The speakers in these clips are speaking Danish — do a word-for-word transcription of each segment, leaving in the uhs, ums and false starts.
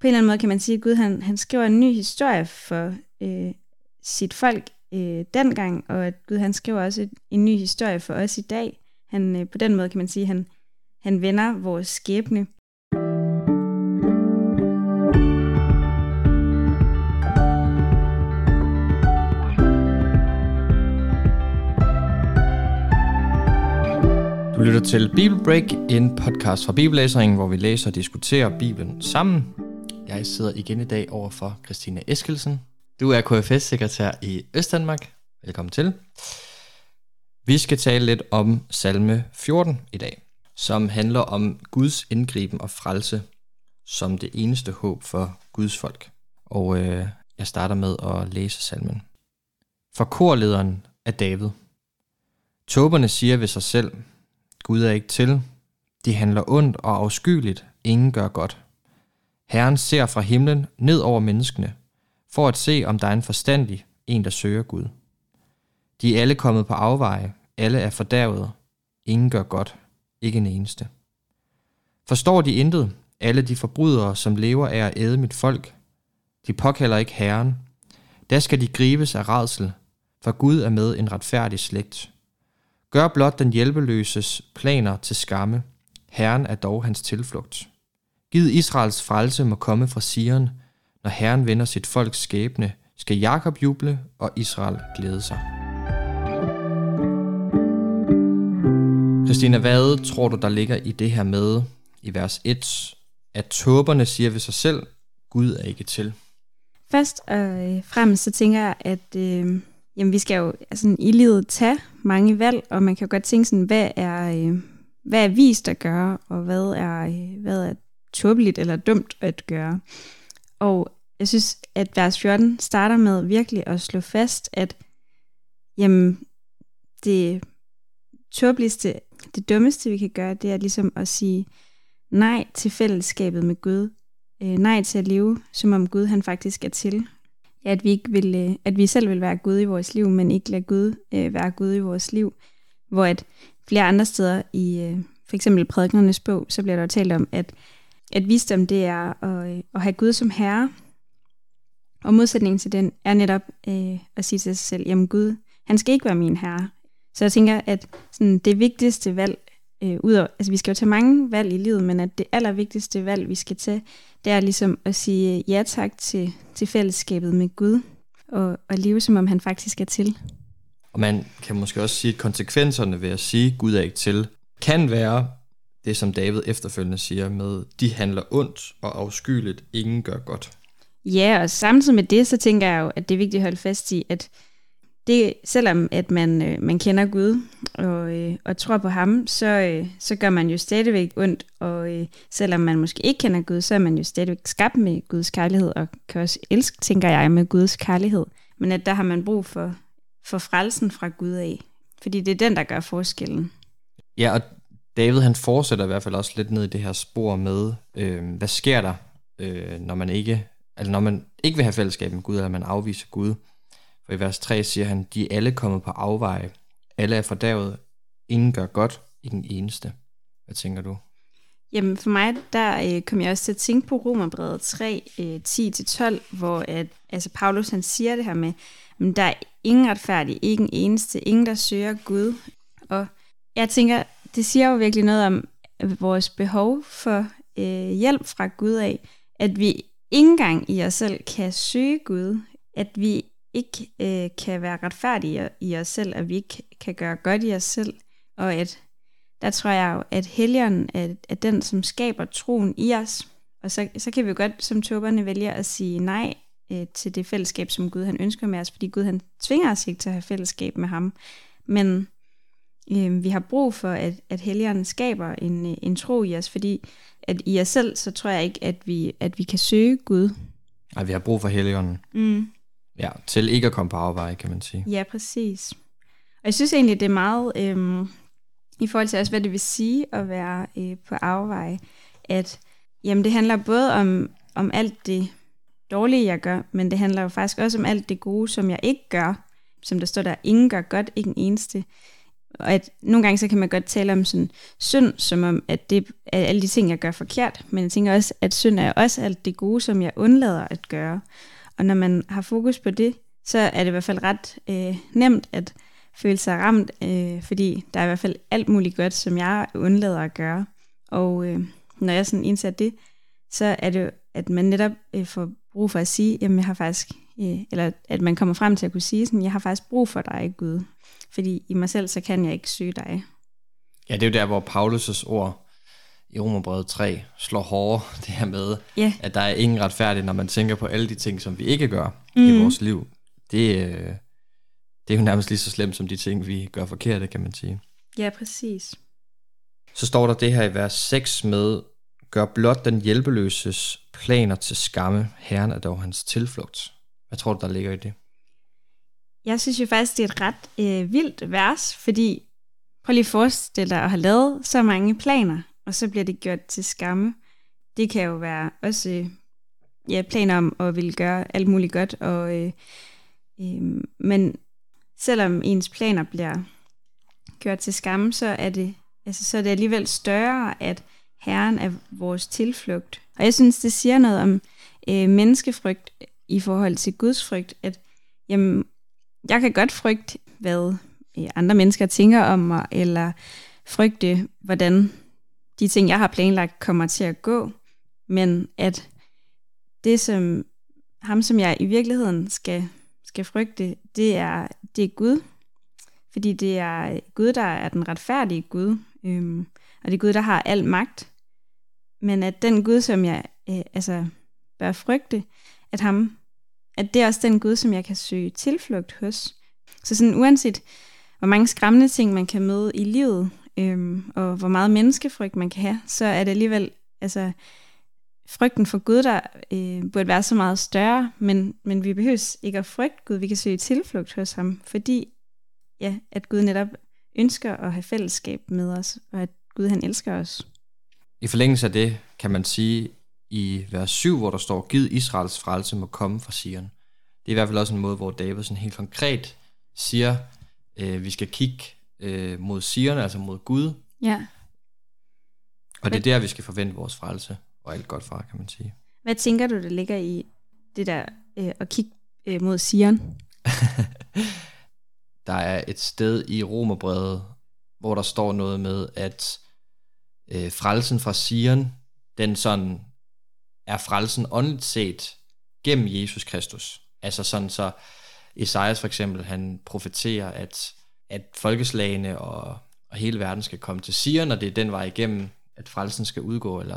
på en eller anden måde kan man sige, at Gud han, han skriver en ny historie for øh, sit folk øh, dengang, og at Gud han skriver også et, en ny historie for os i dag. Han, øh, på den måde kan man sige, at han, han vender vores skæbne. Du lytter til Bibelbreak, en podcast fra Bibellæsningen, hvor vi læser og diskuterer Bibelen sammen. Jeg sidder igen i dag over for Christine Eskelsen. Du er K F S-sekretær i Østdanmark. Velkommen til. Vi skal tale lidt om salme fjorten i dag, som handler om Guds indgriben og frelse som det eneste håb for Guds folk. Og øh, jeg starter med at læse salmen. For korlederen er David. Tåberne siger ved sig selv, Gud er ikke til. De handler ondt og afskyeligt. Ingen gør godt. Herren ser fra himlen ned over menneskene, for at se, om der er en forstandig, en der søger Gud. De er alle kommet på afveje. Alle er fordærvede. Ingen gør godt. Ikke en eneste. Forstår de intet, alle de forbrydere, som lever af at æde mit folk? De påkalder ikke Herren. Der skal de gribes af rædsel, for Gud er med en retfærdig slægt. Gør blot den hjælpeløses planer til skamme. Herren er dog hans tilflugt. Gid Israels frelse må komme fra Sion. Når Herren vender sit folks skæbne, skal Jakob juble og Israel glæde sig. Christina, hvad tror du, der ligger i det her med, i vers et, at tåberne siger ved sig selv, Gud er ikke til? Først og fremmest så tænker jeg, at øh, jamen, vi skal jo altså, i livet tage mange valg, og man kan jo godt tænke sådan, hvad er, øh, hvad er vist at gøre, og hvad er, øh, hvad er tåbeligt eller dumt at gøre. Og jeg synes, at vers fjorten starter med virkelig at slå fast, at jamen, det tåbeligste, det dummeste vi kan gøre, det er ligesom at sige nej til fællesskabet med Gud. Øh, nej til at leve, som om Gud han faktisk er til. Ja, at vi ikke vil, øh, at vi selv vil være Gud i vores liv, men ikke lade Gud øh, være Gud i vores liv. Hvor at flere andre steder i øh, for eksempel prædikenernes bog, så bliver der talt om, at, at visdom det er at, øh, at have Gud som herre. Og modsætningen til den er netop øh, at sige til sig selv, jamen Gud, han skal ikke være min herre. Så jeg tænker, at sådan, det vigtigste valg, øh, udover, altså vi skal jo tage mange valg i livet, men at det allervigtigste valg, vi skal tage, det er ligesom at sige ja tak til, til fællesskabet med Gud, og, og leve som om han faktisk er til. Og man kan måske også sige, at konsekvenserne ved at sige, at Gud er ikke til, kan være det, som David efterfølgende siger med, de handler ondt og afskyeligt, ingen gør godt. Ja, og samtidig med det, så tænker jeg jo, at det er vigtigt at holde fast i, at det, selvom at man, øh, man kender Gud og, øh, og tror på ham, så, øh, så gør man jo stadigvæk ondt, og øh, selvom man måske ikke kender Gud, så er man jo stadigvæk skabt med Guds kærlighed, og kan også elske, tænker jeg, med Guds kærlighed. Men at der har man brug for, for frelsen fra Gud af, fordi det er den, der gør forskellen. Ja, og David han fortsætter i hvert fald også lidt ned i det her spor med, øh, hvad sker der, øh, når man ikke, altså når man ikke vil have fællesskab med Gud, eller man afviser Gud. For i vers tre siger han, de er alle kommet på afveje. Alle er fordærvet. Ingen gør godt. Ikke en eneste. Hvad tænker du? Jamen for mig, der øh, kom jeg også til at tænke på Romerbrevet tre, øh, ti til tolv, hvor at, altså Paulus han siger det her med, at der er ingen retfærdig, ikke en eneste, ingen der søger Gud. Og jeg tænker, det siger jo virkelig noget om vores behov for øh, hjælp fra Gud af, at vi ikke engang i os selv kan søge Gud, at vi ikke øh, kan være retfærdige i os selv, at vi ikke kan gøre godt i os selv, og at der tror jeg jo, at Helligånden er, er den, som skaber troen i os, og så, så kan vi jo godt som tåberne vælge at sige nej øh, til det fællesskab, som Gud han ønsker med os, fordi Gud han tvinger os ikke til at have fællesskab med ham, men øh, vi har brug for, at, at Helligånden skaber en, en tro i os, fordi at i os selv, så tror jeg ikke, at vi, at vi kan søge Gud. Nej, vi har brug for Helligånden. Mm. Ja, til ikke at komme på afveje, kan man sige. Ja, præcis. Og jeg synes egentlig, det er meget, øhm, i forhold til også, hvad det vil sige at være øh, på afveje, at jamen, det handler både om, om alt det dårlige, jeg gør, men det handler jo faktisk også om alt det gode, som jeg ikke gør, som der står der, ingen gør godt, ikke en eneste. Og at nogle gange så kan man godt tale om sådan synd, som om at det er alle de ting, jeg gør forkert, men jeg tænker også, at synd er også alt det gode, som jeg undlader at gøre. Og når man har fokus på det, så er det i hvert fald ret øh, nemt at føle sig ramt, øh, fordi der er i hvert fald alt muligt godt, som jeg undlader at gøre. Og øh, når jeg sådan indser det, så er det jo, at man netop øh, får brug for at sige, jamen jeg har faktisk, øh, eller at man kommer frem til at kunne sige sådan, jeg har faktisk brug for dig, Gud. Fordi i mig selv, så kan jeg ikke søge dig. Ja, det er jo der, hvor Paulus' ord i Romerbrevet tre slår hårdere, det her med, yeah. at der er ingen retfærdigt, når man tænker på alle de ting, som vi ikke gør mm. i vores liv. Det, øh, det er jo nærmest lige så slemt som de ting, vi gør forkerte, kan man sige. Ja, præcis. Så står der det her i vers seks med, gør blot den hjælpeløses planer til skamme, Herren er dog hans tilflugt. Hvad tror du, der ligger i det? Jeg synes jo faktisk, det er et ret øh, vildt vers, fordi prøv lige at forestille dig at have lavet så mange planer, og så bliver det gjort til skamme. Det kan jo være også øh, ja, planer om at ville gøre alt muligt godt, og, øh, øh, men selvom ens planer bliver gjort til skamme, så er det, altså, så er det alligevel større, at Herren er vores tilflugt. Og jeg synes, det siger noget om øh, menneskefrygt i forhold til Guds frygt, at jamen, jeg kan godt frygte, hvad andre mennesker tænker om mig, eller frygte, hvordan de ting, jeg har planlagt, kommer til at gå. Men at det, som ham, som jeg i virkeligheden skal, skal frygte, det er, det er Gud. Fordi det er Gud, der er den retfærdige Gud. Øhm, og det er Gud, der har al magt. Men at den Gud, som jeg øh, altså bør frygte, at ham at det er også den Gud, som jeg kan søge tilflugt hos. Så sådan uanset, hvor mange skræmmende ting, man kan møde i livet, øhm, og hvor meget menneskefrygt man kan have, så er det alligevel, altså, frygten for Gud, der øh, burde være så meget større, men, men vi behøver ikke at frygte Gud, vi kan søge tilflugt hos ham, fordi ja, at Gud netop ønsker at have fællesskab med os, og at Gud han elsker os. I forlængelse af det, kan man sige, i vers syv, hvor der står, Gid Israels frelse må komme fra Sion. Det er i hvert fald også en måde, hvor David sådan helt konkret siger, øh, vi skal kigge øh, mod Sion, altså mod Gud. Ja. Og det er der, vi skal forvente vores frelse, og alt godt fra, kan man sige. Hvad tænker du, der ligger i det der øh, at kigge øh, mod Sion? Der er et sted i Romerbrevet, hvor der står noget med, at øh, frelsen fra Sion, den sådan er frelsen åndeligt set gennem Jesus Kristus. Altså sådan så Esajas for eksempel, han profeterer, at, at folkeslagene og, og hele verden skal komme til Sion, og det er den vej igennem, at frelsen skal udgå, eller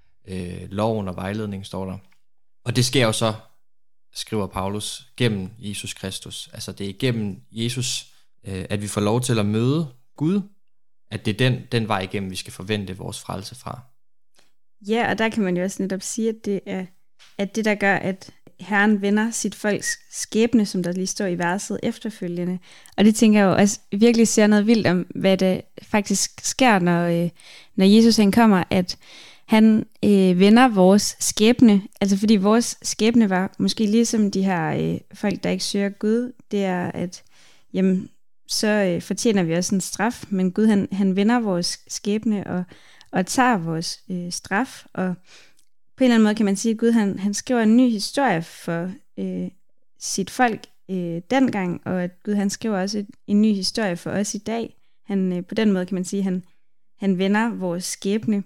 øh, loven og vejledningen står der. Og det sker jo så, skriver Paulus, gennem Jesus Kristus. Altså det er gennem Jesus, øh, at vi får lov til at møde Gud, at det er den, den vej igennem, vi skal forvente vores frelse fra. Ja, og der kan man jo også netop sige, at det er at det, der gør, at Herren vender sit folks skæbne, som der lige står i verset efterfølgende. Og det tænker jeg jo også virkelig ser noget vildt om, hvad det faktisk sker, når, øh, når Jesus han kommer, at han øh, vender vores skæbne. Altså fordi vores skæbne var måske ligesom de her øh, folk, der ikke søger Gud. Det er, at jamen, så øh, fortjener vi også en straf, men Gud han, han vender vores skæbne og, og tager vores øh, straf, og på en eller anden måde kan man sige, at Gud han, han skriver en ny historie for øh, sit folk øh, dengang, og at Gud han skriver også et, en ny historie for os i dag. Han, øh, på den måde kan man sige, at han, han vender vores skæbne.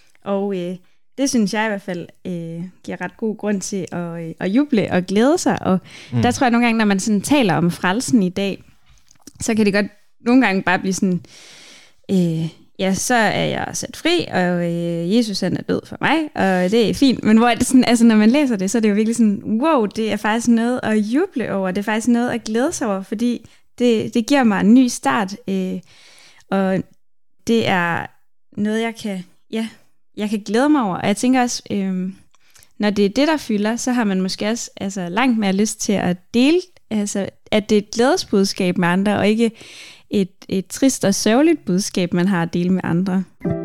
Og øh, det synes jeg i hvert fald øh, giver ret god grund til at, øh, at juble og glæde sig. Og mm. der tror jeg nogle gange, når man sådan taler om frelsen i dag, så kan det godt nogle gange bare blive sådan... Øh, ja, så er jeg sat fri, og øh, Jesus han er død for mig, og det er fint. Men hvor er det sådan, altså når man læser det, så er det jo virkelig sådan, wow, det er faktisk noget at juble over, det er faktisk noget at glæde sig over, fordi det, det giver mig en ny start, øh, og det er noget, jeg kan, ja, jeg kan glæde mig over. Og jeg tænker også, øh, når det er det, der fylder, så har man måske også altså, langt mere lyst til at dele, altså, at det er et glædesbudskab med andre, og ikke et, et trist og sørgeligt budskab, man har at dele med andre.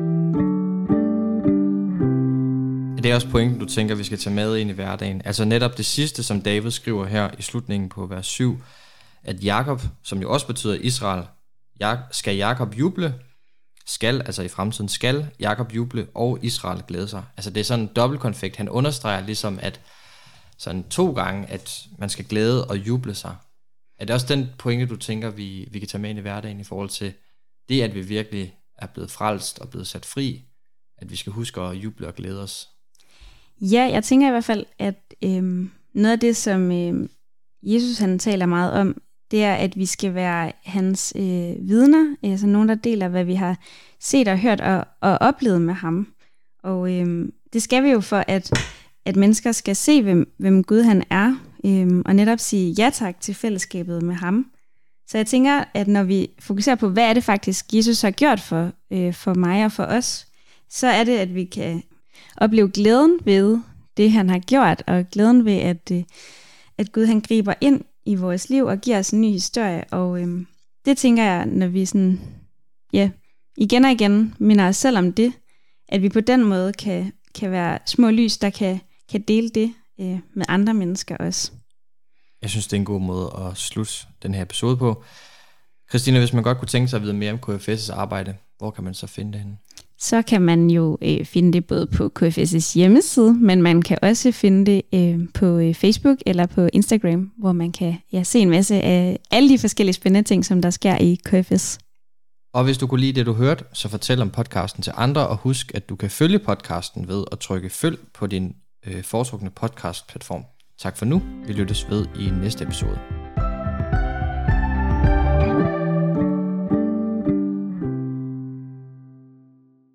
Det er også pointen, du tænker, vi skal tage med ind i hverdagen. Altså netop det sidste, som David skriver her i slutningen på vers syv, at Jakob, som jo også betyder Israel, skal Jakob juble, skal, altså i fremtiden, skal Jakob juble, og Israel glæde sig. Altså det er sådan en dobbeltkonfekt. Han understreger ligesom, at sådan to gange, at man skal glæde og juble sig. Er det også den pointe, du tænker, vi, vi kan tage med ind i hverdagen i forhold til det, at vi virkelig er blevet frelst og blevet sat fri, at vi skal huske at juble og glæde os? Ja, jeg tænker i hvert fald, at øhm, noget af det, som øhm, Jesus han taler meget om, det er, at vi skal være hans øh, vidner, altså nogen, der deler, hvad vi har set og hørt og, og oplevet med ham. Og øhm, det skal vi jo for, at, at mennesker skal se, hvem, hvem Gud han er, øhm, og netop sige ja tak til fællesskabet med ham. Så jeg tænker, at når vi fokuserer på, hvad er det faktisk, Jesus har gjort for, øh, for mig og for os, så er det, at vi kan opleve glæden ved det, han har gjort, og glæden ved, at, øh, at Gud han griber ind i vores liv og giver os en ny historie. Og øh, det tænker jeg, når vi sådan, ja, igen og igen minder os selv om det, at vi på den måde kan, kan være små lys, der kan, kan dele det øh, med andre mennesker også. Jeg synes, det er en god måde at slutte den her episode på. Christina, hvis man godt kunne tænke sig at vide mere om K F S' arbejde, hvor kan man så finde det henne? Så kan man jo øh, finde det både på K F S' hjemmeside, men man kan også finde det øh, på øh, Facebook eller på Instagram, hvor man kan ja, se en masse af alle de forskellige spændende ting, som der sker i K F S. Og hvis du kunne lide det, du hørte, så fortæl om podcasten til andre, og husk, at du kan følge podcasten ved at trykke følg på din øh, foretrukne podcast-platform. Tak for nu. Vi lyttes ved i næste episode.